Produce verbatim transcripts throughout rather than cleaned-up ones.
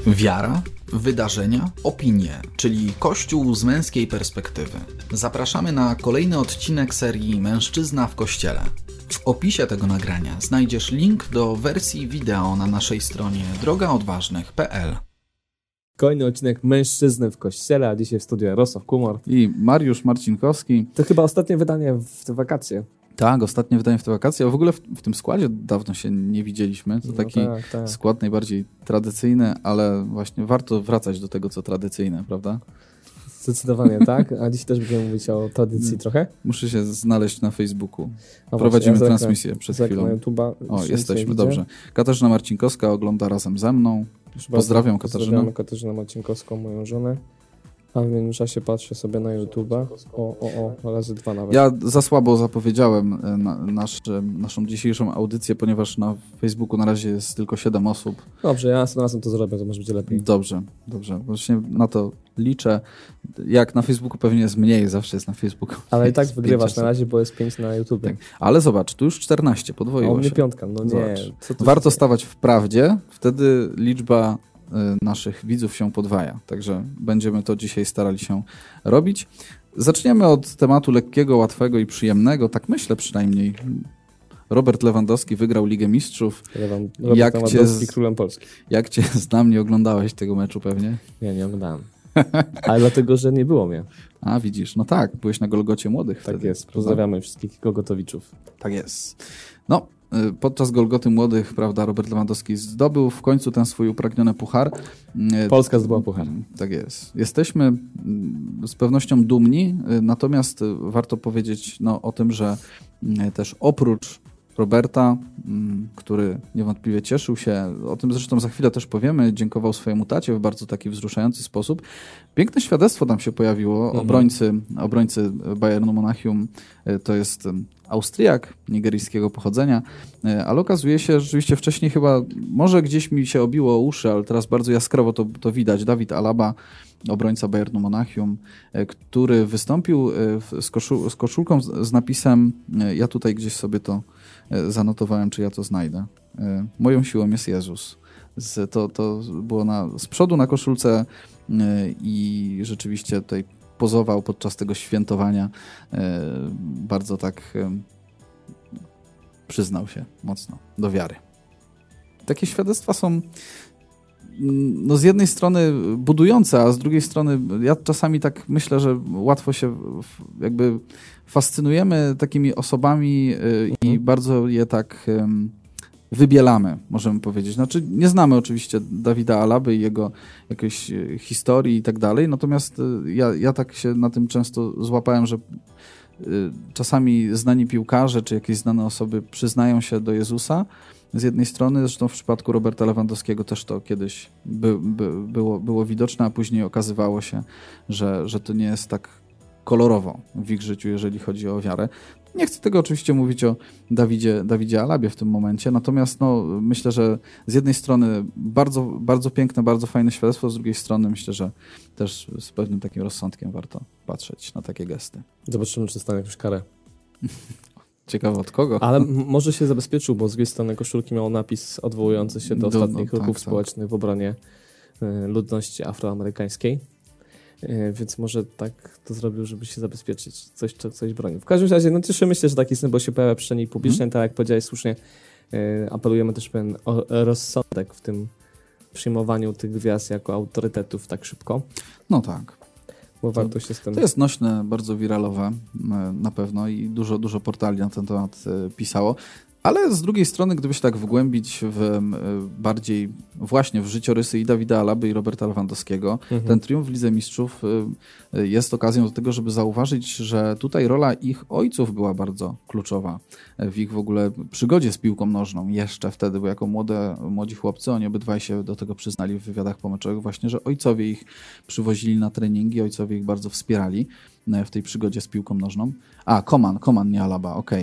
Wiara, wydarzenia, opinie, czyli Kościół z męskiej perspektywy. Zapraszamy na kolejny odcinek serii Mężczyzna w Kościele. W opisie tego nagrania znajdziesz link do wersji wideo na naszej stronie droga odważnych kropka p l. Kolejny odcinek Mężczyzny w Kościele, a dzisiaj w studiu Jarosław Kumor i Mariusz Marcinkowski. To chyba ostatnie wydanie w te wakacje. Tak, ostatnie wydanie w te wakacje, a w ogóle w, w tym składzie dawno się nie widzieliśmy. To no taki tak, tak. skład najbardziej tradycyjny, ale właśnie warto wracać do tego, co tradycyjne, prawda? Zdecydowanie tak, a dziś też będziemy mówić o tradycji trochę. Muszę się znaleźć na Facebooku. No Prowadzimy właśnie, ja transmisję zerknę, przed zerknę chwilą. na YouTube'a, o, jesteśmy, dobrze. Katarzyna Marcinkowska ogląda razem ze mną. Pozdrawiam Katarzynę. Pozdrawiamy Katarzynę Marcinkowską, moją żonę. A w międzyczasie patrzę sobie na YouTube'a. O, o, o, razy dwa nawet. Ja za słabo zapowiedziałem na, nasz, naszą dzisiejszą audycję, ponieważ na Facebooku na razie jest tylko siedem osób. Dobrze, ja następnym razem to zrobię, to może będzie lepiej. Dobrze, dobrze. Właśnie na to liczę. Jak na Facebooku pewnie jest mniej, zawsze jest na Facebooku. Ale i tak wygrywasz na razie, bo jest pięć na YouTube. Tak. Ale zobacz, tu już czternaście, podwoiło się. O mnie się. piątka, no nie. Warto stawać w prawdzie, wtedy liczba naszych widzów się podwaja. Także będziemy to dzisiaj starali się robić. Zaczniemy od tematu lekkiego, łatwego i przyjemnego. Tak myślę przynajmniej. Robert Lewandowski wygrał Ligę Mistrzów. Robert jak Lewandowski cię, królem Polski. Jak cię znam, nie oglądałeś tego meczu pewnie? Nie, nie oglądałem. Ale dlatego, że nie było mnie. A, widzisz, no tak, byłeś na Golgocie Młodych. Tak wtedy, jest, pozdrawiamy prawda? Wszystkich Golgotowiczów. Tak jest. No, podczas Golgoty Młodych, prawda, Robert Lewandowski zdobył w końcu ten swój upragniony puchar. Polska zdobyła puchar. Tak jest. Jesteśmy z pewnością dumni, natomiast warto powiedzieć no, o tym, że też oprócz Roberta, który niewątpliwie cieszył się, o tym zresztą za chwilę też powiemy, dziękował swojemu tacie w bardzo taki wzruszający sposób. Piękne świadectwo tam się pojawiło. Mhm. Obrońcy, obrońcy Bayernu Monachium to jest Austriak nigeryjskiego pochodzenia, ale okazuje się, że rzeczywiście wcześniej chyba, może gdzieś mi się obiło o uszy, ale teraz bardzo jaskrawo to, to widać. Dawid Alaba, obrońca Bayernu Monachium, który wystąpił z, koszul, z koszulką z, z napisem, ja tutaj gdzieś sobie to zanotowałem, czy ja to znajdę. Moją siłą jest Jezus. Z, to, to było na, z przodu na koszulce i rzeczywiście tutaj pozował podczas tego świętowania. Bardzo tak przyznał się mocno do wiary. Takie świadectwa są no z jednej strony budujące, a z drugiej strony ja czasami tak myślę, że łatwo się jakby fascynujemy takimi osobami mhm. i bardzo je tak wybielamy, możemy powiedzieć. Znaczy nie znamy oczywiście Dawida Alaby i jego jakiejś historii i tak dalej, natomiast ja, ja tak się na tym często złapałem, że czasami znani piłkarze czy jakieś znane osoby przyznają się do Jezusa z jednej strony, zresztą w przypadku Roberta Lewandowskiego też to kiedyś by, by, było, było widoczne, a później okazywało się, że, że to nie jest tak kolorowo w ich życiu, jeżeli chodzi o wiarę. Nie chcę tego oczywiście mówić o Dawidzie, Dawidzie Alabie w tym momencie, natomiast no, myślę, że z jednej strony bardzo, bardzo piękne, bardzo fajne świadectwo, z drugiej strony myślę, że też z pewnym takim rozsądkiem warto patrzeć na takie gesty. Zobaczymy, czy dostanie jakąś karę. Ciekawe od kogo. Ale m- może się zabezpieczył, bo z drugiej strony koszulki miał napis odwołujący się do, do ostatnich no, ruchów tak, społecznych tak. w obronie y, ludności afroamerykańskiej. Y, więc może tak to zrobił, żeby się zabezpieczyć. Coś, coś bronił. W każdym razie, no cieszymy się, że taki symbol się pojawia w przestrzeni publicznej. Hmm. Tak jak powiedziałeś słusznie, y, apelujemy też pewien o, rozsądek w tym przyjmowaniu tych gwiazd jako autorytetów tak szybko. No tak. Bo warto się z tym... To jest nośne, bardzo wiralowe na pewno i dużo, dużo portali na ten temat pisało. Ale z drugiej strony, gdyby się tak wgłębić w bardziej właśnie w życiorysy i Dawida Alaby i Roberta Lewandowskiego, mhm. ten triumf w Lidze Mistrzów jest okazją do tego, żeby zauważyć, że tutaj rola ich ojców była bardzo kluczowa w ich w ogóle przygodzie z piłką nożną. Jeszcze wtedy, bo jako młode, młodzi chłopcy, oni obydwaj się do tego przyznali w wywiadach pomeczowych właśnie, że ojcowie ich przywozili na treningi, ojcowie ich bardzo wspierali w tej przygodzie z piłką nożną. A, Koman, Koman, nie Alaba, okej. Okay.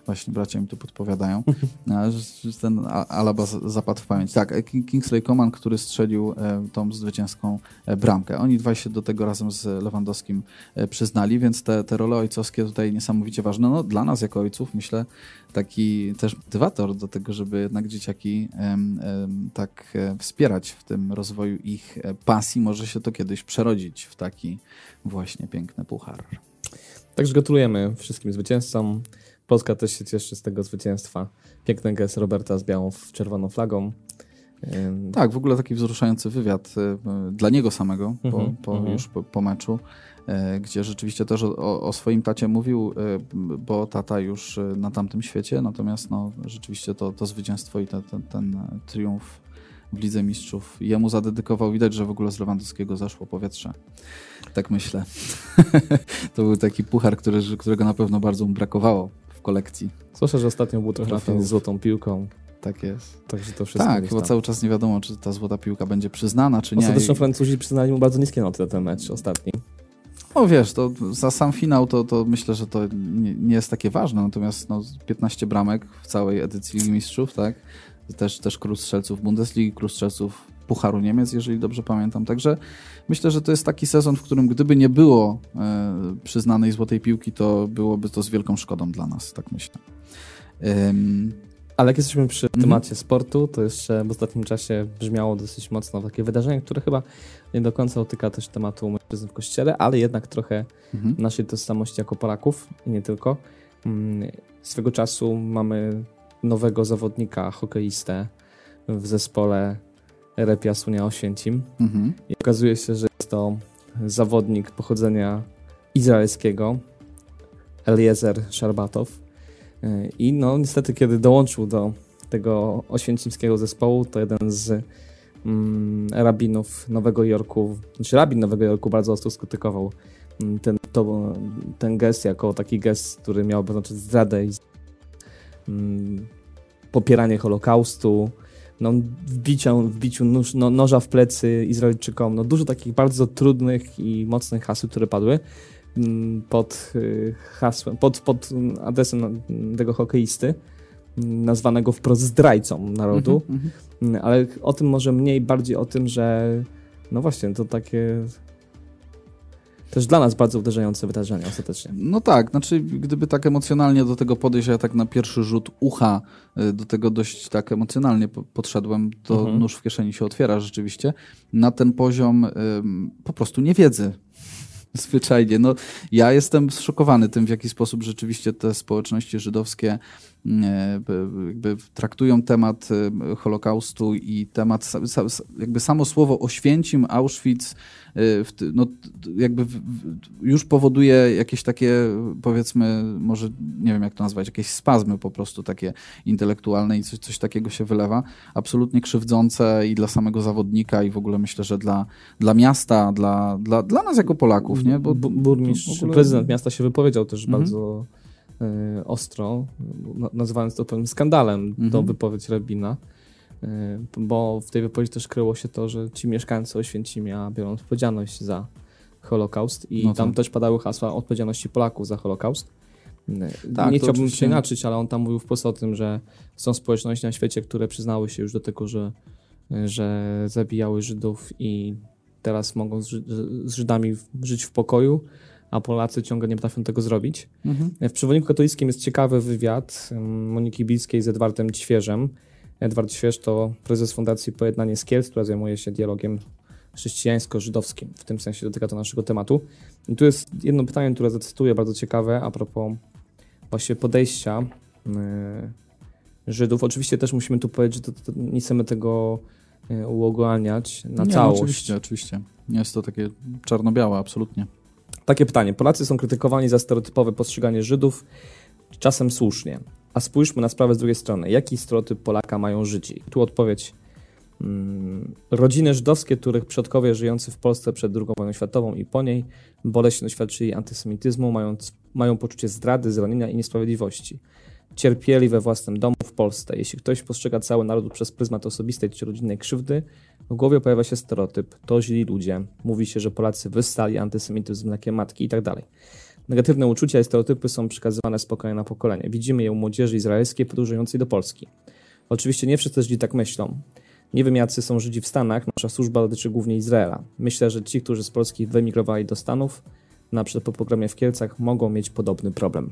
właśnie bracia mi tu podpowiadają, że ten Alaba zapadł w pamięć. Tak, Kingsley Coman, który strzelił tą zwycięską bramkę. Oni dwaj się do tego razem z Lewandowskim przyznali, więc te, te role ojcowskie tutaj niesamowicie ważne. No, dla nas jako ojców myślę taki też motywator do tego, żeby jednak dzieciaki em, em, tak wspierać w tym rozwoju ich pasji. Może się to kiedyś przerodzić w taki właśnie piękny puchar. Także gratulujemy wszystkim zwycięzcom. Polska też się cieszy z tego zwycięstwa. Piękny gest Roberta z białą, czerwoną flagą. Tak, w ogóle taki wzruszający wywiad dla niego samego po, mm-hmm, po, mm-hmm. już po, po meczu, gdzie rzeczywiście też o, o swoim tacie mówił, bo tata już na tamtym świecie, natomiast no, rzeczywiście to, to zwycięstwo i te, ten, ten triumf w Lidze Mistrzów jemu zadedykował. Widać, że w ogóle z Lewandowskiego zaszło powietrze. Tak myślę. To był taki puchar, który, którego na pewno bardzo mu brakowało w kolekcji. Słyszę, że ostatnio był trochę na z złotą piłką. Tak jest. Także to wszystko tak, bo cały czas nie wiadomo, czy ta złota piłka będzie przyznana, czy nie. Ostatecznie Francuzi przyznali mu bardzo niskie noty za ten mecz ostatni. O wiesz, to za sam finał to, to myślę, że to nie, nie jest takie ważne, natomiast no, piętnaście bramek w całej edycji Ligi Mistrzów, tak? Też, też król strzelców Bundesligi, król strzelców Pucharu Niemiec, jeżeli dobrze pamiętam. Także myślę, że to jest taki sezon, w którym gdyby nie było e, przyznanej złotej piłki, to byłoby to z wielką szkodą dla nas, tak myślę. Um, Ale jak jesteśmy przy mm-hmm. temacie sportu, to jeszcze w ostatnim czasie brzmiało dosyć mocno takie wydarzenie, które chyba nie do końca dotyka też tematu mężczyzn w kościele, ale jednak trochę mm-hmm. naszej tożsamości jako Polaków i nie tylko. Swego czasu mamy nowego zawodnika, hokeistę w zespole Repia Sunia Oświęcim. Mm-hmm. I okazuje się, że jest to zawodnik pochodzenia izraelskiego, Eliezer Szarbatow. I no niestety, kiedy dołączył do tego oświęcimskiego zespołu, to jeden z mm, rabinów Nowego Jorku, znaczy rabin Nowego Jorku bardzo ostro skrytykował ten, to, ten gest jako taki gest, który miałby znaczyć zdradę i mm, popieranie Holokaustu, no, wbiciu, wbiciu nóż, no, noża w plecy Izraelczykom, no, dużo takich bardzo trudnych i mocnych haseł, które padły pod hasłem, pod, pod adresem tego hokeisty, nazwanego wprost zdrajcą narodu, mm-hmm. ale o tym może mniej, bardziej o tym, że no właśnie, to takie też dla nas bardzo uderzające wydarzenie ostatecznie. No tak, znaczy gdyby tak emocjonalnie do tego podejść, ja tak na pierwszy rzut ucha do tego dość tak emocjonalnie podszedłem, to mhm. nóż w kieszeni się otwiera rzeczywiście, na ten poziom ym, po prostu niewiedzy. Zwyczajnie. No, ja jestem zszokowany tym, w jaki sposób rzeczywiście te społeczności żydowskie jakby traktują temat Holokaustu i temat, jakby samo słowo Oświęcim, Auschwitz, no, jakby już powoduje jakieś takie, powiedzmy, może nie wiem jak to nazwać, jakieś spazmy po prostu takie intelektualne i coś, coś takiego się wylewa. Absolutnie krzywdzące i dla samego zawodnika i w ogóle myślę, że dla, dla miasta, dla, dla, dla nas jako Polaków, nie? Bo burmistrz, ogóle... prezydent miasta się wypowiedział też mhm. bardzo y, ostro, nazywając to pewnym skandalem mhm. do wypowiedź rabina, y, bo w tej wypowiedzi też kryło się to, że ci mieszkańcy Oświęcimia biorą odpowiedzialność za Holokaust i no tam też padały hasła odpowiedzialności Polaków za Holokaust. Tak, nie chciałbym oczywiście... przeinaczyć, ale on tam mówił wprost o tym, że są społeczności na świecie, które przyznały się już do tego, że, że zabijały Żydów i teraz mogą z, Ży- z Żydami żyć w pokoju, a Polacy ciągle nie potrafią tego zrobić. Mhm. W Przewodniku Katolickim jest ciekawy wywiad Moniki Bilskiej z Edwardem Ćwierzem. Edward Ćwierz to prezes Fundacji Pojednanie z Kielc, która zajmuje się dialogiem chrześcijańsko-żydowskim. W tym sensie dotyka to naszego tematu. I tu jest jedno pytanie, które zacytuję, bardzo ciekawe, a propos właśnie podejścia yy, Żydów. Oczywiście też musimy tu powiedzieć, że to, to nie chcemy tego yy, uogólniać na nie, całość. No, oczywiście, oczywiście. Nie jest to takie czarno-białe, absolutnie. Takie pytanie. Polacy są krytykowani za stereotypowe postrzeganie Żydów, czasem słusznie. A spójrzmy na sprawę z drugiej strony. Jaki stereotyp Polaka mają Żydzi? Tu odpowiedź. Hmm, rodziny żydowskie, których przodkowie żyjący w Polsce przed drugą wojną światową i po niej boleśnie doświadczyli antysemityzmu, mając, mają poczucie zdrady, zranienia i niesprawiedliwości. Cierpieli we własnym domu w Polsce. Jeśli ktoś postrzega cały naród przez pryzmat osobistej czy rodzinnej krzywdy, w głowie pojawia się stereotyp. To źli ludzie. Mówi się, że Polacy wyssali antysemityzm mlekiem matki i tak dalej. Negatywne uczucia i stereotypy są przekazywane z pokolenia na pokolenie. Widzimy je u młodzieży izraelskiej podróżującej do Polski. Oczywiście nie wszyscy Żydzi tak myślą. Nie wiem, jacy są Żydzi w Stanach, nasza służba dotyczy głównie Izraela. Myślę, że ci, którzy z Polski wyemigrowali do Stanów, na przykład po pogromie w Kielcach, mogą mieć podobny problem.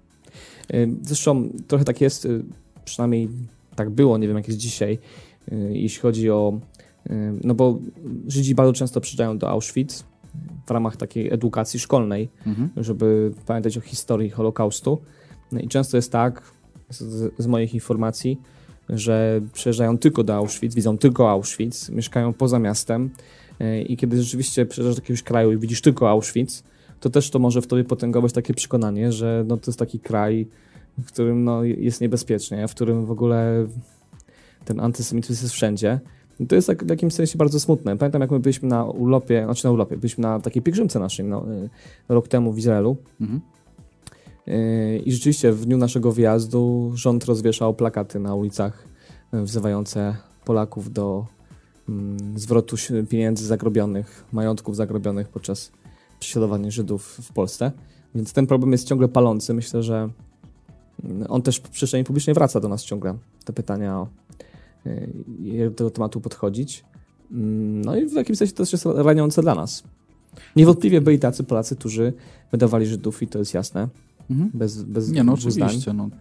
Zresztą trochę tak jest, przynajmniej tak było, nie wiem jak jest dzisiaj, jeśli chodzi o... No bo Żydzi bardzo często przyjeżdżają do Auschwitz w ramach takiej edukacji szkolnej, mhm. żeby pamiętać o historii Holokaustu. I często jest tak, z, z moich informacji, że przyjeżdżają tylko do Auschwitz, widzą tylko Auschwitz, mieszkają poza miastem i kiedy rzeczywiście przyjeżdżasz do jakiegoś kraju i widzisz tylko Auschwitz, to też to może w tobie potęgować takie przekonanie, że no, to jest taki kraj, w którym no, jest niebezpiecznie, w którym w ogóle ten antysemityzm jest wszędzie. I to jest tak w jakimś sensie bardzo smutne. Pamiętam, jak my byliśmy na urlopie, znaczy na urlopie, byliśmy na takiej pielgrzymce naszej no, rok temu w Izraelu. Mhm. I rzeczywiście w dniu naszego wyjazdu rząd rozwieszał plakaty na ulicach wzywające Polaków do mm, zwrotu pieniędzy zagrobionych, majątków zagrobionych podczas prześladowania Żydów w Polsce. Więc ten problem jest ciągle palący. Myślę, że on też w przestrzeni publicznej wraca do nas ciągle. Te pytania o jak do tego tematu podchodzić. No i w jakimś sensie to też jest raniące dla nas. Niewątpliwie byli tacy Polacy, którzy wydawali Żydów i to jest jasne. Mhm. Bez, bez nie, no oczywiście. No.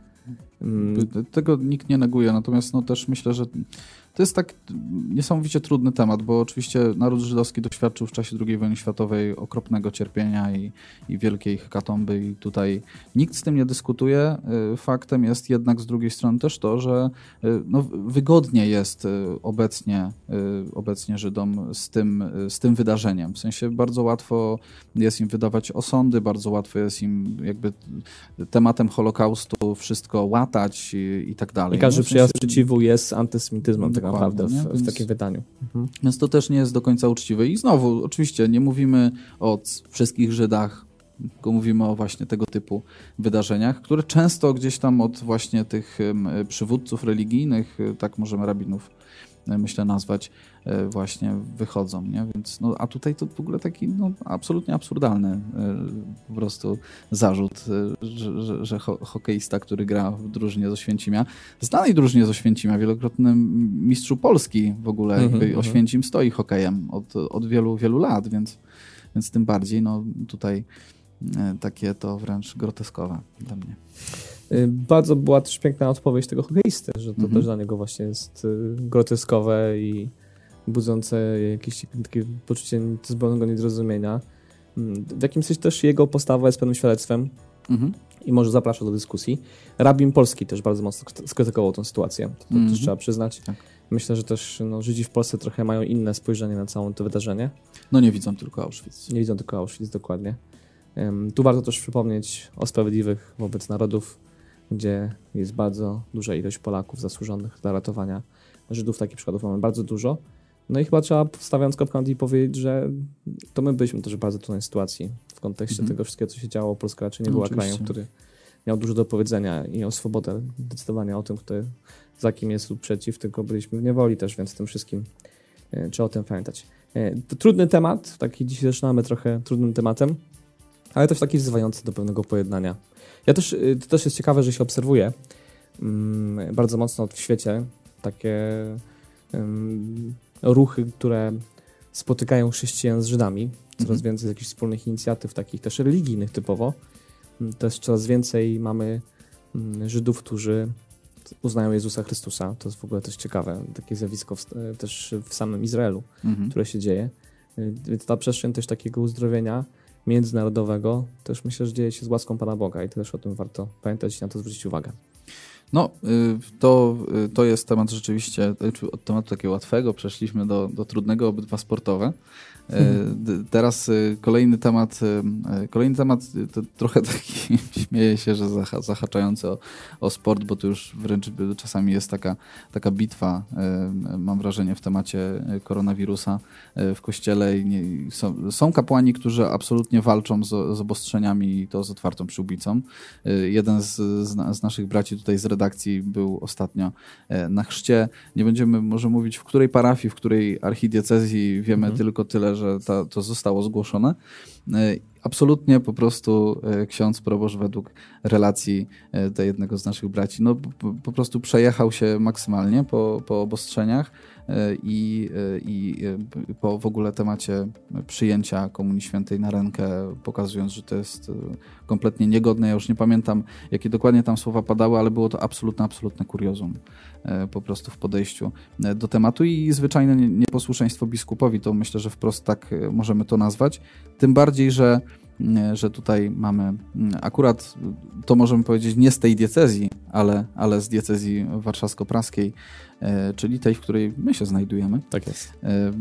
Tego nikt nie neguje, natomiast no też myślę, że to jest tak niesamowicie trudny temat, bo oczywiście naród żydowski doświadczył w czasie drugiej wojny światowej okropnego cierpienia i, i wielkiej hekatomby i tutaj nikt z tym nie dyskutuje. Faktem jest jednak z drugiej strony też to, że no, wygodnie jest obecnie, obecnie Żydom z tym, z tym wydarzeniem. W sensie bardzo łatwo jest im wydawać osądy, bardzo łatwo jest im jakby tematem Holokaustu wszystko łatać i, i tak dalej. I każdy w sensie... przyjazd sprzeciwu jest antysemityzmem tak naprawdę w, w takim wydaniu. Mhm. Więc to też nie jest do końca uczciwe. I znowu, oczywiście nie mówimy o wszystkich Żydach, tylko mówimy o właśnie tego typu wydarzeniach, które często gdzieś tam od właśnie tych przywódców religijnych, tak możemy rabinów myślę nazwać, właśnie wychodzą, nie? Więc, no, a tutaj to w ogóle taki no, absolutnie absurdalny po prostu zarzut, że, że, że ho- hokeista, który gra w drużynie z Oświęcimia, znanej drużynie z Oświęcimia, wielokrotnym mistrzu Polski w ogóle, mm-hmm. Oświęcim stoi hokejem od, od wielu, wielu lat, więc, więc tym bardziej no, tutaj takie to wręcz groteskowe dla mnie. Bardzo była też piękna odpowiedź tego hokeisty, że to mm-hmm. też dla niego właśnie jest groteskowe i budzące jakieś takie poczucie zupełnego niezrozumienia. W jakimś sensie też jego postawa jest pewnym świadectwem mm-hmm. i może zaprasza do dyskusji. Rabin polski też bardzo mocno skrytykował tę sytuację, to mm-hmm. też trzeba przyznać. Tak. Myślę, że też no, Żydzi w Polsce trochę mają inne spojrzenie na całe to wydarzenie. No nie widzą tylko Auschwitz. Nie widzą tylko Auschwitz, dokładnie. Um, tu warto też przypomnieć o sprawiedliwych wobec narodów, gdzie jest bardzo duża ilość Polaków zasłużonych dla ratowania Żydów. Takich przykładów mamy bardzo dużo. No i chyba trzeba, stawiając kropkę nad i powiedzieć, że to my byliśmy też w bardzo trudnej sytuacji w kontekście mm-hmm. tego wszystkiego, co się działo. Polska raczej nie no była oczywiście. krajem, który miał dużo do powiedzenia i o swobodę decydowania o tym, kto, za kim jest lub przeciw, tylko byliśmy w niewoli też, więc tym wszystkim e, trzeba o tym pamiętać. E, to trudny temat, taki dzisiaj zaczynamy trochę trudnym tematem, ale też taki wzywający do pewnego pojednania. Ja też, to też jest ciekawe, że się obserwuje um, bardzo mocno w świecie takie um, ruchy, które spotykają chrześcijan z Żydami. Coraz mm-hmm. więcej jakichś wspólnych inicjatyw, takich też religijnych typowo. Też coraz więcej mamy um, Żydów, którzy uznają Jezusa Chrystusa. To jest w ogóle też ciekawe, takie zjawisko w, też w samym Izraelu, mm-hmm. które się dzieje. Więc ta przestrzeń też takiego uzdrowienia międzynarodowego też myślę, że dzieje się z łaską Pana Boga i też o tym warto pamiętać i na to zwrócić uwagę. No, to, to jest temat rzeczywiście, od tematu takiego łatwego przeszliśmy do, do trudnego, obydwa sportowe. Hmm. Teraz kolejny temat, kolejny temat to trochę taki, śmieję się, że zahaczający o, o sport, bo to już wręcz czasami jest taka, taka bitwa, mam wrażenie, w temacie koronawirusa w kościele. I nie, są, są kapłani, którzy absolutnie walczą z, z obostrzeniami i to z otwartą przyłbicą. Jeden z, z, z naszych braci tutaj z redakcji był ostatnio na chrzcie. Nie będziemy może mówić, w której parafii, w której archidiecezji, wiemy mhm. tylko tyle, że ta, to zostało zgłoszone, absolutnie po prostu ksiądz proboszcz według relacji do jednego z naszych braci, no po, po prostu przejechał się maksymalnie po, po obostrzeniach i, i po w ogóle temacie przyjęcia Komunii Świętej na rękę, pokazując, że to jest kompletnie niegodne. Ja już nie pamiętam, jakie dokładnie tam słowa padały, ale było to absolutne, absolutne kuriozum po prostu w podejściu do tematu i zwyczajne nieposłuszeństwo biskupowi, to myślę, że wprost tak możemy to nazwać. Tym bardziej, że że tutaj mamy akurat, to możemy powiedzieć nie z tej diecezji, ale, ale z diecezji warszawsko-praskiej, czyli tej, w której my się znajdujemy. Tak jest.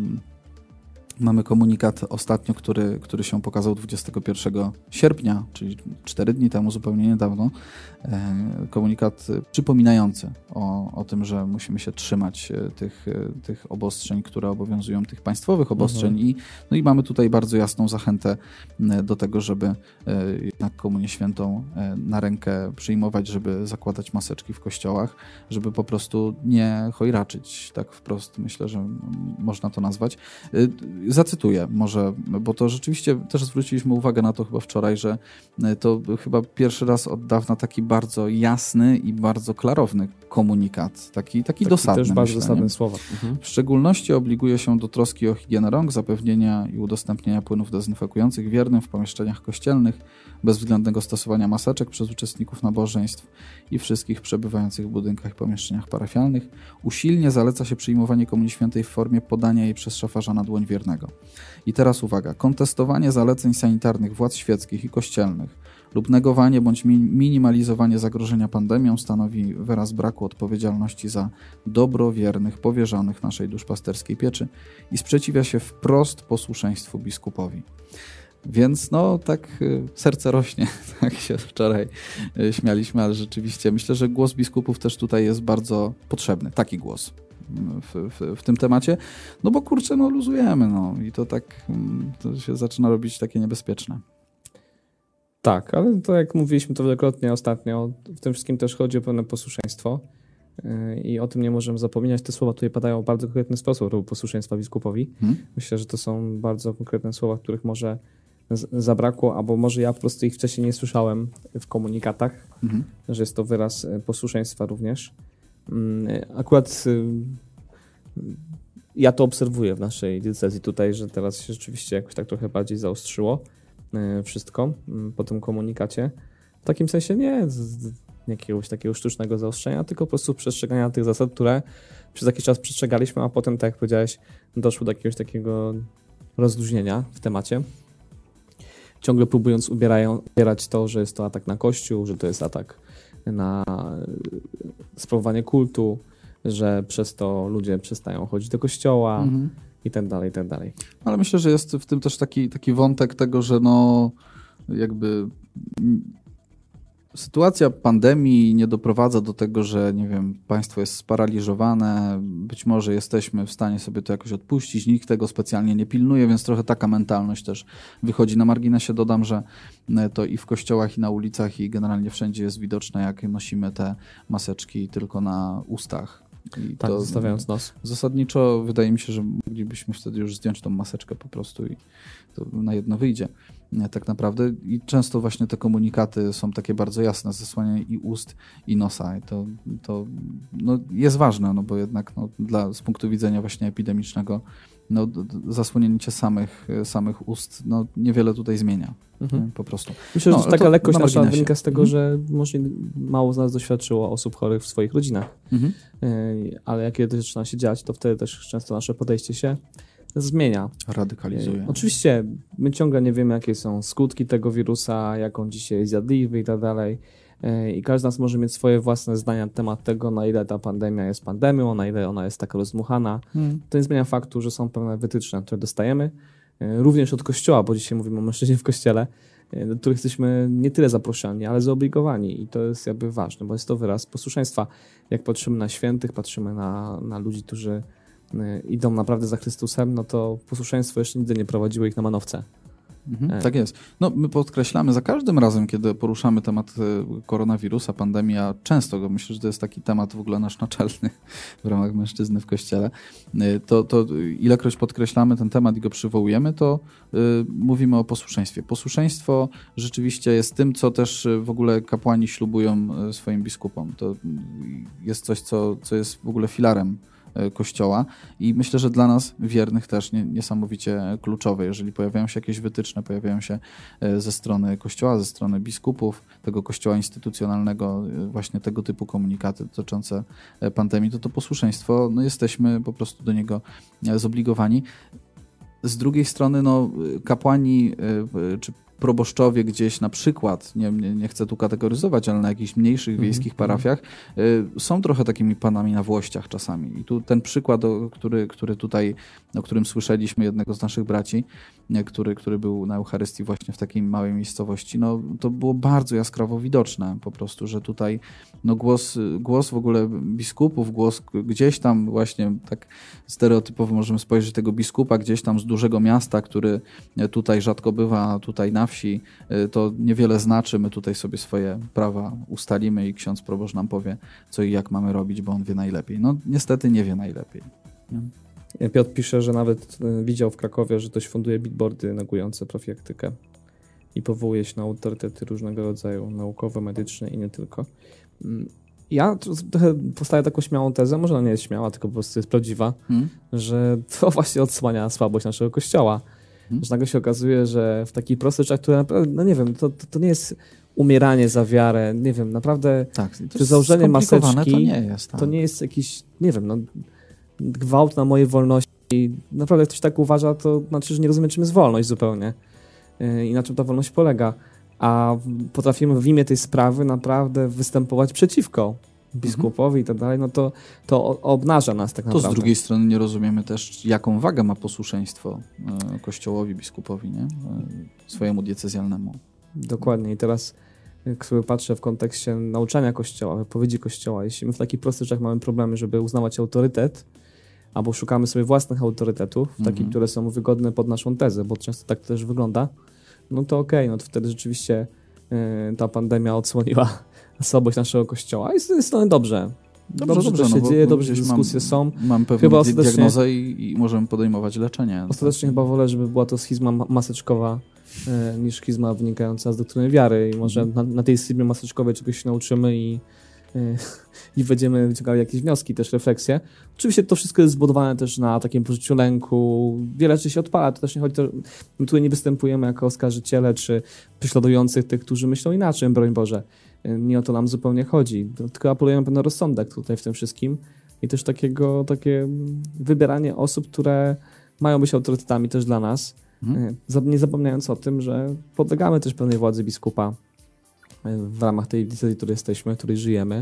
Mamy komunikat ostatnio, który, który się pokazał dwudziestego pierwszego sierpnia, czyli cztery dni temu, zupełnie niedawno. Komunikat przypominający o, o tym, że musimy się trzymać tych, tych obostrzeń, które obowiązują, tych państwowych obostrzeń. Mhm. I, no i mamy tutaj bardzo jasną zachętę do tego, żeby jednak Komunię Świętą na rękę przyjmować, żeby zakładać maseczki w kościołach, żeby po prostu nie chojraczyć, tak wprost myślę, że można to nazwać. Zacytuję może, bo to rzeczywiście też zwróciliśmy uwagę na to chyba wczoraj, że to chyba pierwszy raz od dawna taki bardzo jasny i bardzo klarowny komunikat, taki, taki, taki dosadny. Też bardzo dosadne słowa. Mhm. W szczególności obliguje się do troski o higienę rąk, zapewnienia i udostępnienia płynów dezynfekujących wiernym w pomieszczeniach kościelnych, bezwzględnego stosowania maseczek przez uczestników nabożeństw i wszystkich przebywających w budynkach i pomieszczeniach parafialnych. Usilnie zaleca się przyjmowanie Komunii Świętej w formie podania jej przez szafarza na dłoń wiernego. I teraz uwaga, kontestowanie zaleceń sanitarnych władz świeckich i kościelnych lub negowanie bądź minimalizowanie zagrożenia pandemią stanowi wyraz braku odpowiedzialności za dobro wiernych powierzonych naszej duszpasterskiej pieczy i sprzeciwia się wprost posłuszeństwu biskupowi. Więc no tak serce rośnie, tak się wczoraj śmialiśmy, ale rzeczywiście myślę, że głos biskupów też tutaj jest bardzo potrzebny, taki głos. W, w, w tym temacie, no bo kurczę, no luzujemy, no i to tak to się zaczyna robić takie niebezpieczne. Tak, ale to jak mówiliśmy to wielokrotnie ostatnio, w tym wszystkim też chodzi o pewne posłuszeństwo i o tym nie możemy zapominać. Te słowa tutaj padają w bardzo konkretny sposób do posłuszeństwa biskupowi. Hmm? Myślę, że to są bardzo konkretne słowa, których może z- zabrakło, albo może ja po prostu ich wcześniej nie słyszałem w komunikatach, hmm. że jest to wyraz posłuszeństwa również. Akurat ja to obserwuję w naszej diecezji tutaj, że teraz się rzeczywiście jakoś tak trochę bardziej zaostrzyło wszystko po tym komunikacie. W takim sensie nie z jakiegoś takiego sztucznego zaostrzenia, tylko po prostu przestrzegania tych zasad, które przez jakiś czas przestrzegaliśmy, a potem, tak jak powiedziałeś, doszło do jakiegoś takiego rozluźnienia w temacie. Ciągle próbując ubierają, ubierać to, że jest to atak na Kościół, że to jest atak na sprawowanie kultu, że przez to ludzie przestają chodzić do kościoła mhm. i tak dalej, i tak dalej. Ale myślę, że jest w tym też taki, taki wątek tego, że no jakby sytuacja pandemii nie doprowadza do tego, że nie wiem, państwo jest sparaliżowane, być może jesteśmy w stanie sobie to jakoś odpuścić, nikt tego specjalnie nie pilnuje, więc trochę taka mentalność też wychodzi na marginesie. Dodam, że to i w kościołach, i na ulicach, i generalnie wszędzie jest widoczne, jak nosimy te maseczki tylko na ustach. I tak, to zostawiając nos. Zasadniczo wydaje mi się, że moglibyśmy wtedy już zdjąć tą maseczkę po prostu i to na jedno wyjdzie tak naprawdę. I często właśnie te komunikaty są takie bardzo jasne, zasłanianie i ust, i nosa. I to, to no jest ważne, no bo jednak no, dla, z punktu widzenia właśnie epidemicznego no, zasłonięcie samych, samych ust no, niewiele tutaj zmienia. Mhm. Po prostu. Myślę, no, że taka lekkość nasza wynika z tego, mhm. że może mało z nas doświadczyło osób chorych w swoich rodzinach. Mhm. Ale jak kiedy zaczyna się dziać, to wtedy też często nasze podejście się zmienia. Radykalizuje. Oczywiście my ciągle nie wiemy, jakie są skutki tego wirusa, jak on dzisiaj jest zjadliwy i tak dalej. I każdy z nas może mieć swoje własne zdania na temat tego, na ile ta pandemia jest pandemią, na ile ona jest taka rozdmuchana. Hmm. To nie zmienia faktu, że są pewne wytyczne, które dostajemy, również od Kościoła, bo dzisiaj mówimy o mężczyźnie w Kościele, do których jesteśmy nie tyle zaproszeni, ale zobligowani i to jest jakby ważne, bo jest to wyraz posłuszeństwa. Jak patrzymy na świętych, patrzymy na, na ludzi, którzy idą naprawdę za Chrystusem, no to posłuszeństwo jeszcze nigdy nie prowadziło ich na manowce. Mhm, tak jest. No, my podkreślamy za każdym razem, kiedy poruszamy temat koronawirusa, pandemia, często go, myślę, że to jest taki temat w ogóle nasz naczelny w ramach mężczyzny w Kościele, to, to ilekroć podkreślamy ten temat i go przywołujemy, to y, mówimy o posłuszeństwie. Posłuszeństwo rzeczywiście jest tym, co też w ogóle kapłani ślubują swoim biskupom. To jest coś, co, co jest w ogóle filarem Kościoła i myślę, że dla nas wiernych też nie, niesamowicie kluczowe. Jeżeli pojawiają się jakieś wytyczne, pojawiają się ze strony Kościoła, ze strony biskupów, tego Kościoła instytucjonalnego, właśnie tego typu komunikaty dotyczące pandemii, to to posłuszeństwo, no jesteśmy po prostu do niego zobligowani. Z drugiej strony no, kapłani czy proboszczowie gdzieś na przykład, nie, nie, nie chcę tu kategoryzować, ale na jakichś mniejszych wiejskich parafiach y, są trochę takimi panami na włościach czasami. I tu ten przykład, o, który, który tutaj, o którym słyszeliśmy jednego z naszych braci, nie, który, który był na Eucharystii właśnie w takiej małej miejscowości, no to było bardzo jaskrawo widoczne po prostu, że tutaj no, głos, głos w ogóle biskupów, głos gdzieś tam właśnie tak stereotypowo możemy spojrzeć tego biskupa gdzieś tam z dużego miasta, który tutaj rzadko bywa, a tutaj na wsi, to niewiele znaczy. My tutaj sobie swoje prawa ustalimy i ksiądz proboszcz nam powie, co i jak mamy robić, bo on wie najlepiej. No niestety nie wie najlepiej. Nie? Piotr pisze, że nawet widział w Krakowie, że ktoś funduje billboardy negujące profilaktykę i powołuje się na autorytety różnego rodzaju, naukowe, medyczne i nie tylko. Ja trochę postawię taką śmiałą tezę, może ona nie jest śmiała, tylko po prostu jest prawdziwa, hmm? że to właśnie odsłania słabość naszego Kościoła. Hmm? Że nagle się okazuje, że w takich prostych rzeczach, które naprawdę, no nie wiem, to, to, to nie jest umieranie za wiarę, nie wiem, naprawdę tak, czy założenie maseczki to nie jest, tak. to nie jest jakiś, nie wiem, no, gwałt na mojej wolności. Naprawdę jak ktoś tak uważa, to znaczy, że nie rozumie, czym jest wolność zupełnie i na czym ta wolność polega. A potrafimy w imię tej sprawy naprawdę występować przeciwko biskupowi i tak dalej, no to, to obnaża nas tak naprawdę. To z drugiej strony nie rozumiemy też, jaką wagę ma posłuszeństwo Kościołowi, biskupowi, nie? Swojemu diecezjalnemu. Dokładnie. I teraz jak sobie patrzę w kontekście nauczania Kościoła, wypowiedzi Kościoła, jeśli my w takich prostych rzeczach mamy problemy, żeby uznawać autorytet, albo szukamy sobie własnych autorytetów, mhm. takich, które są wygodne pod naszą tezę, bo często tak też wygląda, no to okej, okay, no to wtedy rzeczywiście yy, ta pandemia odsłoniła słabość naszego Kościoła i z tej strony dobrze. Dobrze, dobrze, dobrze to się no, dzieje, dobrze dyskusje mam, są. Mam pewną diagnozę i, i możemy podejmować leczenie. Ostatecznie tak. Chyba wolę, żeby była to schizma maseczkowa e, niż schizma wynikająca z doktryny wiary i może mm. na, na tej schizmie maseczkowej czegoś się nauczymy i, e, i będziemy wyciągali jakieś wnioski, też refleksje. Oczywiście to wszystko jest zbudowane też na takim poczuciu lęku. Wiele rzeczy się odpala, to też nie chodzi, to, my tutaj nie występujemy jako oskarżyciele czy prześladujących tych, którzy myślą inaczej, broń Boże. Nie o to nam zupełnie chodzi, tylko apelujemy na pewien rozsądek tutaj w tym wszystkim i też takiego, takie wybieranie osób, które mają być autorytetami też dla nas, hmm. nie zapominając o tym, że podlegamy też pewnej władzy biskupa w ramach tej diecezji, w której jesteśmy, w której żyjemy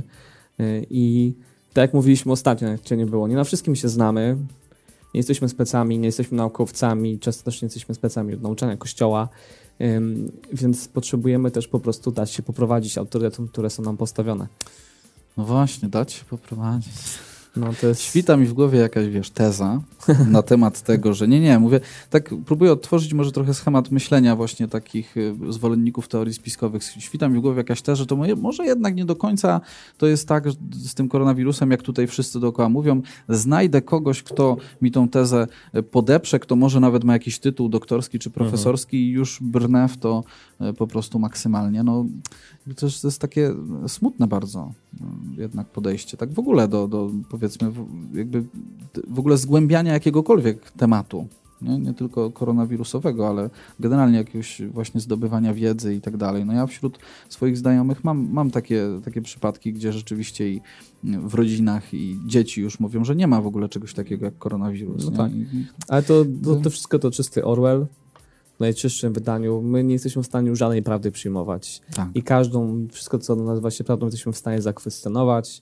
i tak jak mówiliśmy ostatnio, jak cię nie było, nie na wszystkim się znamy, nie jesteśmy specami, nie jesteśmy naukowcami, często też nie jesteśmy specami od nauczania Kościoła, Ym, więc potrzebujemy też po prostu dać się poprowadzić autorytetom, które są nam postawione. No właśnie, dać się poprowadzić. No to jest... Świta mi w głowie jakaś, wiesz, teza na temat tego, że nie, nie, mówię, tak próbuję odtworzyć może trochę schemat myślenia właśnie takich zwolenników teorii spiskowych. Świta mi w głowie jakaś teza, że to moje, może jednak nie do końca to jest tak z tym koronawirusem, jak tutaj wszyscy dookoła mówią. Znajdę kogoś, kto mi tą tezę podeprze, kto może nawet ma jakiś tytuł doktorski czy profesorski i już brnę w to po prostu maksymalnie. No, to jest takie smutne bardzo jednak podejście, tak w ogóle do, do powiedzmy jakby w ogóle zgłębiania jakiegokolwiek tematu, nie, nie tylko koronawirusowego, ale generalnie jakiegoś właśnie zdobywania wiedzy i tak dalej. No ja wśród swoich znajomych mam, mam takie, takie przypadki, gdzie rzeczywiście i w rodzinach i dzieci już mówią, że nie ma w ogóle czegoś takiego jak koronawirus. No tak. Ale to, to, to wszystko to czysty Orwell. W najczystszym wydaniu. My nie jesteśmy w stanie już żadnej prawdy przyjmować. Tak. I każdą, wszystko co nazywa się prawdą, jesteśmy w stanie zakwestionować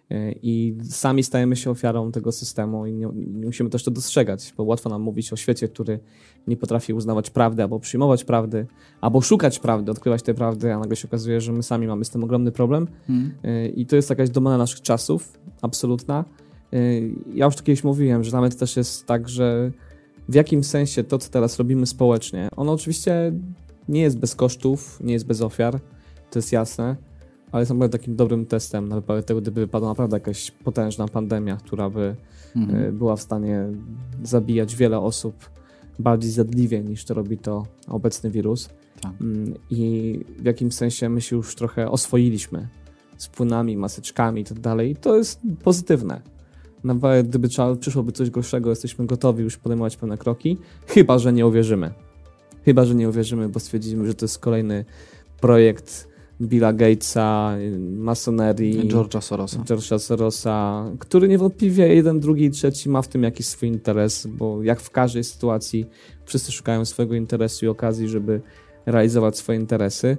i sami stajemy się ofiarą tego systemu i nie, nie musimy też to dostrzegać, bo łatwo nam mówić o świecie, który nie potrafi uznawać prawdy albo przyjmować prawdy, albo szukać prawdy, odkrywać te prawdy, a nagle się okazuje, że my sami mamy z tym ogromny problem hmm. i to jest jakaś domena naszych czasów, absolutna. Ja już to kiedyś mówiłem, że nawet też jest tak, że w jakim sensie to, co teraz robimy społecznie, ono oczywiście nie jest bez kosztów, nie jest bez ofiar, to jest jasne, ale jest naprawdę takim dobrym testem na wypadek tego, gdyby wypadła naprawdę jakaś potężna pandemia, która by mhm. była w stanie zabijać wiele osób bardziej zjadliwie niż to robi to obecny wirus. Tak. I w jakim sensie my się już trochę oswoiliśmy z płynami, maseczkami i tak dalej. To jest pozytywne. Nawet gdyby trzeba, przyszłoby coś gorszego, jesteśmy gotowi już podejmować pewne kroki, chyba że nie uwierzymy. Chyba że nie uwierzymy, bo stwierdzimy, że to jest kolejny projekt Billa Gatesa, masonerii, George'a Sorosa. George'a Sorosa, który niewątpliwie jeden, drugi i trzeci ma w tym jakiś swój interes, bo jak w każdej sytuacji wszyscy szukają swojego interesu i okazji, żeby realizować swoje interesy.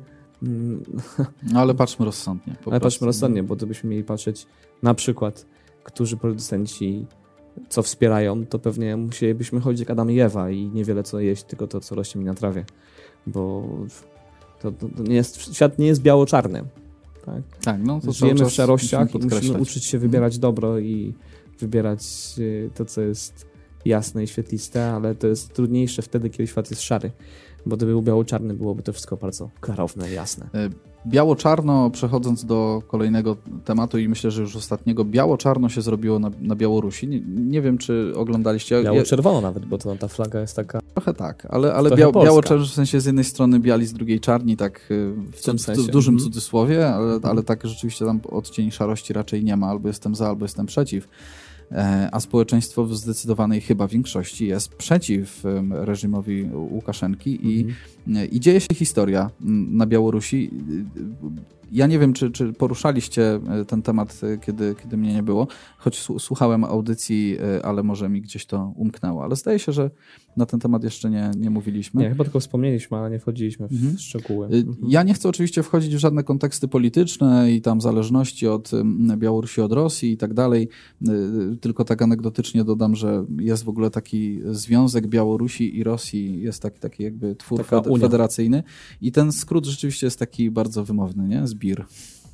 No ale patrzmy rozsądnie. Po ale prostu. patrzmy rozsądnie, bo gdybyśmy mieli patrzeć na przykład, którzy producenci co wspierają, to pewnie musielibyśmy chodzić jak Adam i Ewa i niewiele co jeść, tylko to, co rośnie mi na trawie. Bo to, to, to nie jest, świat nie jest biało-czarny. Tak, tak no to żyjemy w szarościach i musimy uczyć się wybierać dobro i wybierać to, co jest jasne i świetliste, ale to jest trudniejsze wtedy, kiedy świat jest szary. Bo gdyby był biało-czarny, byłoby to wszystko bardzo klarowne i jasne. Biało-czarno, przechodząc do kolejnego tematu i myślę, że już ostatniego, biało-czarno się zrobiło na, na Białorusi. Nie, nie wiem, czy oglądaliście. Biało-czerwono nawet, bo to, ta flaga jest taka... Trochę tak, ale, ale bia, biało-czerwono w sensie z jednej strony biali, z drugiej czarni, tak w, w, w, w dużym mm. cudzysłowie, ale, mm. ale tak rzeczywiście tam odcieni szarości raczej nie ma. Albo jestem za, albo jestem przeciw. A społeczeństwo w zdecydowanej chyba większości jest przeciw reżimowi Łukaszenki i, mm. i dzieje się historia na Białorusi. Ja nie wiem, czy, czy poruszaliście ten temat, kiedy, kiedy mnie nie było, choć słuchałem audycji, ale może mi gdzieś to umknęło. Ale zdaje się, że na ten temat jeszcze nie, nie mówiliśmy. Nie, chyba tylko wspomnieliśmy, ale nie wchodziliśmy w mhm. szczegóły. Ja nie chcę oczywiście wchodzić w żadne konteksty polityczne i tam zależności od Białorusi, od Rosji i tak dalej. Tylko tak anegdotycznie dodam, że jest w ogóle taki związek Białorusi i Rosji, jest taki, taki jakby twór fed- federacyjny i ten skrót rzeczywiście jest taki bardzo wymowny, nie? Zbir.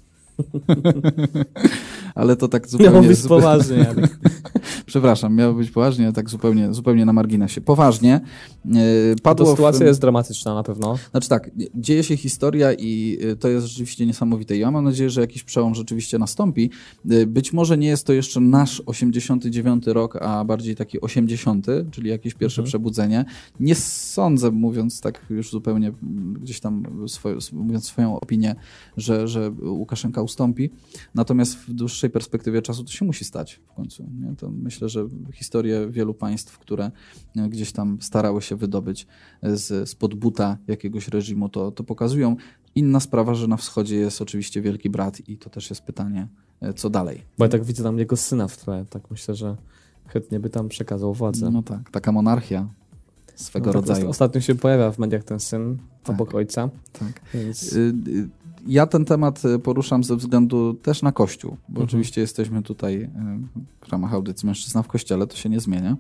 Ale to tak zupełnie... Miało być poważnie. Ale... Przepraszam, miało być poważnie, tak zupełnie, zupełnie na marginesie. Poważnie. Padło to sytuacja w... jest dramatyczna na pewno. Znaczy tak, dzieje się historia i to jest rzeczywiście niesamowite. Ja mam nadzieję, że jakiś przełom rzeczywiście nastąpi. Być może nie jest to jeszcze nasz osiemdziesiąty dziewiąty rok, a bardziej taki osiemdziesiąty, czyli jakieś pierwsze mhm. przebudzenie. Nie sądzę, mówiąc tak już zupełnie gdzieś tam, swoje, mówiąc swoją opinię, że, że Łukaszenka ustąpi. Natomiast w dłuższej perspektywie czasu to się musi stać w końcu. Nie? To myślę, że historie wielu państw, które gdzieś tam starały się wydobyć z, spod buta jakiegoś reżimu, to, to pokazują. Inna sprawa, że na wschodzie jest oczywiście Wielki Brat i to też jest pytanie, co dalej. Bo ja tak widzę tam jego syna w tle, tak myślę, że chętnie by tam przekazał władzę. No tak, taka monarchia swego no, tak rodzaju. Ostatnio się pojawia w mediach ten syn tak. obok ojca. Tak. Więc... Ja ten temat poruszam ze względu też na Kościół, bo mhm. oczywiście jesteśmy tutaj w ramach audycji Mężczyzna w Kościele, to się nie zmienia.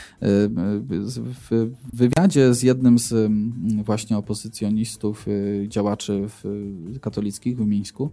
W wywiadzie z jednym z właśnie opozycjonistów, działaczy katolickich w Mińsku,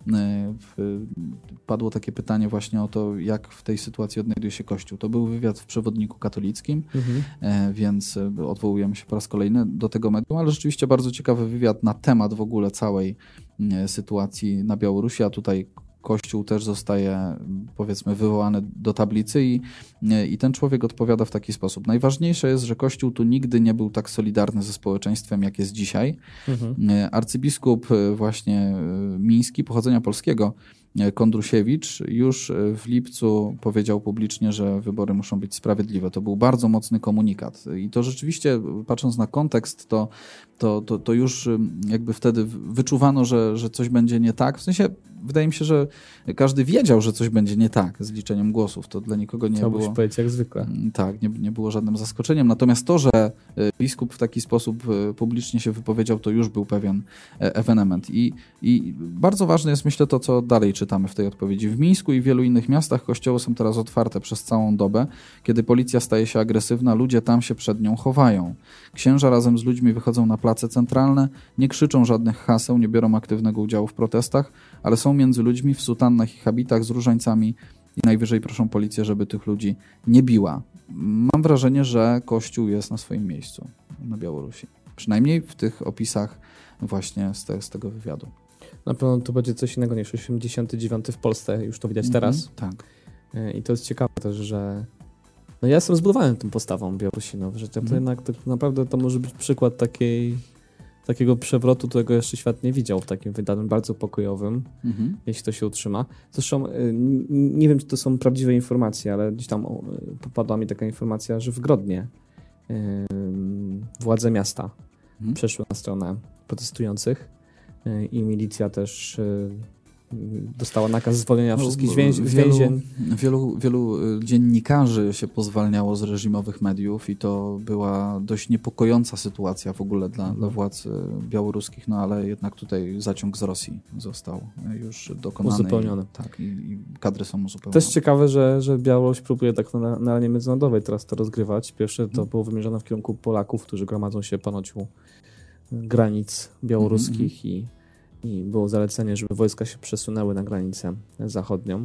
padło takie pytanie właśnie o to, jak w tej sytuacji odnajduje się Kościół. To był wywiad w Przewodniku Katolickim, mhm. więc odwołujemy się po raz kolejny do tego medium, ale rzeczywiście bardzo ciekawy wywiad na temat w ogóle całej sytuacji na Białorusi, a tutaj Kościół też zostaje, powiedzmy, wywołany do tablicy i, i ten człowiek odpowiada w taki sposób. Najważniejsze jest, że Kościół tu nigdy nie był tak solidarny ze społeczeństwem, jak jest dzisiaj. Mhm. Arcybiskup właśnie miński, pochodzenia polskiego, Kondrusiewicz, już w lipcu powiedział publicznie, że wybory muszą być sprawiedliwe. To był bardzo mocny komunikat. I to rzeczywiście, patrząc na kontekst, to, to, to, to już jakby wtedy wyczuwano, że, że coś będzie nie tak. W sensie, wydaje mi się, że każdy wiedział, że coś będzie nie tak z liczeniem głosów. To dla nikogo nie Chciałbyś było... powiedzieć jak zwykle. Tak, nie, nie było żadnym zaskoczeniem. Natomiast to, że biskup w taki sposób publicznie się wypowiedział, to już był pewien ewenement. I, i bardzo ważne jest, myślę, to, co dalej czytamy w tej odpowiedzi. W Mińsku i w wielu innych miastach kościoły są teraz otwarte przez całą dobę. Kiedy policja staje się agresywna, ludzie tam się przed nią chowają. Księża razem z ludźmi wychodzą na place centralne, nie krzyczą żadnych haseł, nie biorą aktywnego udziału w protestach, ale są między ludźmi w sutannach i habitach z różańcami i najwyżej proszą policję, żeby tych ludzi nie biła. Mam wrażenie, że Kościół jest na swoim miejscu na Białorusi. Przynajmniej w tych opisach właśnie z, te, z tego wywiadu. Na pewno to będzie coś innego niż osiemdziesiąty dziewiąty w Polsce, już to widać mm-hmm, teraz. Tak. I to jest ciekawe też, że no ja jestem zbudowany tą postawą Białorusinów, że to mm-hmm. jednak tak naprawdę to może być przykład takiej, takiego przewrotu, którego jeszcze świat nie widział w takim wydanym bardzo pokojowym, mm-hmm. jeśli to się utrzyma. Zresztą nie wiem, czy to są prawdziwe informacje, ale gdzieś tam popadła mi taka informacja, że w Grodnie yy, władze miasta mm-hmm. przeszły na stronę protestujących yy, i milicja też yy, dostała nakaz zwolnienia no, wszystkich więź- więzień. Wielu, wielu, wielu dziennikarzy się pozwalniało z reżimowych mediów i to była dość niepokojąca sytuacja w ogóle dla, mhm. dla władz białoruskich, no ale jednak tutaj zaciąg z Rosji został już dokonany. Uzupełniony. I, tak, i, i kadry są uzupełnione. Też ciekawe, że, że Białoruś próbuje tak na, na arenie międzynarodowej teraz to rozgrywać. Pierwsze to mhm. było wymierzone w kierunku Polaków, którzy gromadzą się ponoć u granic białoruskich mhm. i I było zalecenie, żeby wojska się przesunęły na granicę zachodnią.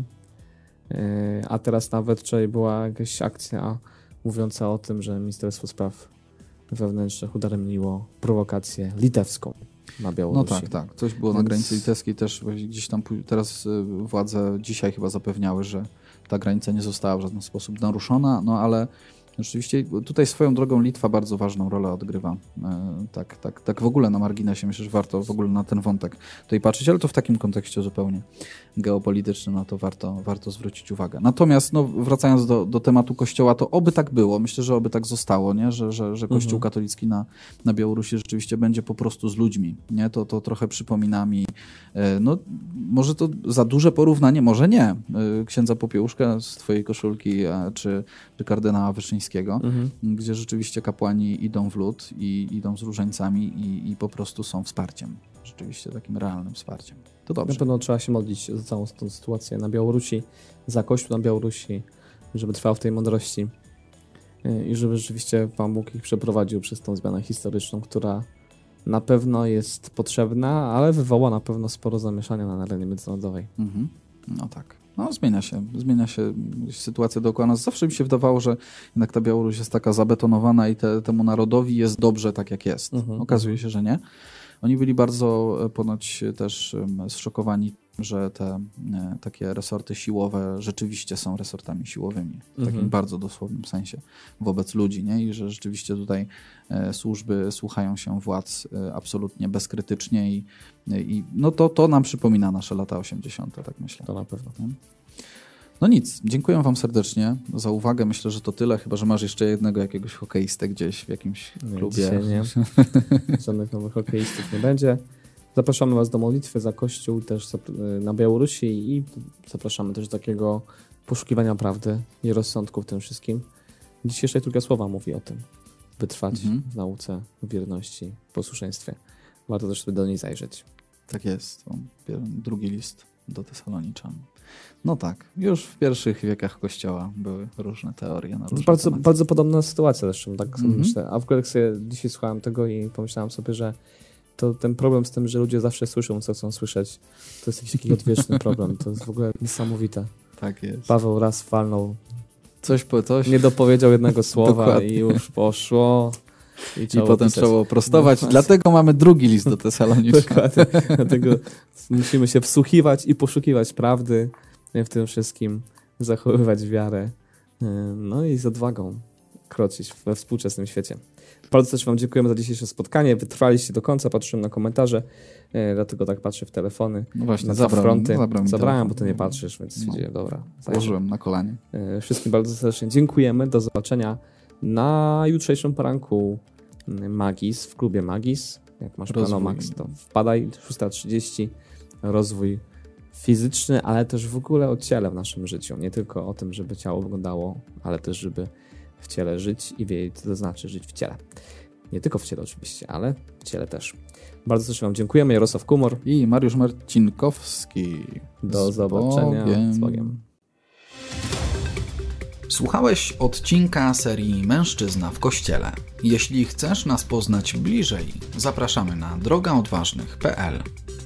A teraz nawet wczoraj była jakaś akcja mówiąca o tym, że Ministerstwo Spraw Wewnętrznych udaremniło prowokację litewską na Białorusi. No tak, tak. Coś było Więc... na granicy litewskiej też gdzieś tam teraz władze dzisiaj chyba zapewniały, że ta granica nie została w żaden sposób naruszona, no ale rzeczywiście tutaj swoją drogą Litwa bardzo ważną rolę odgrywa. E, tak, tak, tak w ogóle na marginesie myślę, że warto w ogóle na ten wątek tutaj patrzeć, ale to w takim kontekście zupełnie geopolitycznym, no to warto, warto zwrócić uwagę. Natomiast no, wracając do, do tematu Kościoła, to oby tak było. Myślę, że oby tak zostało, nie? Że, że, że Kościół mhm. katolicki na, na Białorusi rzeczywiście będzie po prostu z ludźmi. Nie? To, to trochę przypomina mi, e, no może to za duże porównanie, może nie. E, księdza Popiełuszka z twojej koszulki, a, czy, czy kardynała Wyszyńskiego, mhm. gdzie rzeczywiście kapłani idą w lud i idą z różańcami i, i po prostu są wsparciem. Rzeczywiście takim realnym wsparciem. To dobrze. Na pewno trzeba się modlić za całą tą sytuację na Białorusi, za Kościół na Białorusi, żeby trwał w tej mądrości i żeby rzeczywiście Pan Bóg ich przeprowadził przez tą zmianę historyczną, która na pewno jest potrzebna, ale wywoła na pewno sporo zamieszania na arenie międzynarodowej. Mhm. No tak. No zmienia się. Zmienia się sytuacja dookoła nas. Zawsze mi się wydawało, że jednak ta Białoruś jest taka zabetonowana i te, temu narodowi jest dobrze tak, jak jest. Mhm. Okazuje się, że nie. Oni byli bardzo ponoć też zszokowani, że te e, takie resorty siłowe rzeczywiście są resortami siłowymi. W takim mhm. bardzo dosłownym sensie wobec ludzi, nie? I że rzeczywiście tutaj e, służby słuchają się władz e, absolutnie bezkrytycznie i, i no to, to nam przypomina nasze lata osiemdziesiąte, tak myślę. To na pewno. Nie? No nic, dziękuję wam serdecznie za uwagę. Myślę, że to tyle, chyba że masz jeszcze jednego jakiegoś hokeistę gdzieś w jakimś nie, klubie. Nie, żadnych nowych hokeistów nie będzie. Zapraszamy was do modlitwy za Kościół też na Białorusi i zapraszamy też do takiego poszukiwania prawdy i rozsądku w tym wszystkim. Dzisiejsze drugie słowa mówi o tym. Wytrwać mhm. w nauce, w wierności, w posłuszeństwie. Warto też sobie do niej zajrzeć. Tak jest. Drugi list do Tesaloniczan. No tak, już w pierwszych wiekach Kościoła były różne teorie na różne bardzo, bardzo podobna sytuacja zresztą, tak sobie mm-hmm. myślę. A w ogóle jak sobie dzisiaj słuchałem tego i pomyślałem sobie, że to ten problem z tym, że ludzie zawsze słyszą, co chcą słyszeć, to jest jakiś taki odwieczny problem. To jest w ogóle niesamowite. Tak jest. Paweł raz walnął, coś po coś. Nie dopowiedział jednego słowa i już poszło. I, I potem pisać. Trzeba prostować. No, dlatego mamy drugi list do Tesaloniczan. Dokładnie. Dlatego musimy się wsłuchiwać i poszukiwać prawdy w tym wszystkim, zachowywać wiarę, no i z odwagą kroczyć we współczesnym świecie. Bardzo też wam dziękujemy za dzisiejsze spotkanie. Wytrwaliście do końca, patrzyłem na komentarze, dlatego tak patrzę w telefony. No właśnie, na zabrałem, fronty. zabrałem, zabrałem bo ty nie patrzysz, więc no. idzie, dobra. Położyłem na kolanie. Wszystkim bardzo serdecznie dziękujemy. Do zobaczenia na jutrzejszym poranku Magis, w klubie Magis. Jak masz plan Max, to wpadaj, szósta trzydzieści, rozwój fizyczny, ale też w ogóle o ciele w naszym życiu. Nie tylko o tym, żeby ciało wyglądało, ale też, żeby w ciele żyć i wiedzieć, co to znaczy żyć w ciele. Nie tylko w ciele oczywiście, ale w ciele też. Bardzo serdecznie wam dziękujemy. Jarosław Kumor i Mariusz Marcinkowski. Do z zobaczenia. Bogiem. Z Bogiem. Słuchałeś odcinka serii Mężczyzna w Kościele. Jeśli chcesz nas poznać bliżej, zapraszamy na droga odważnych kropka p l.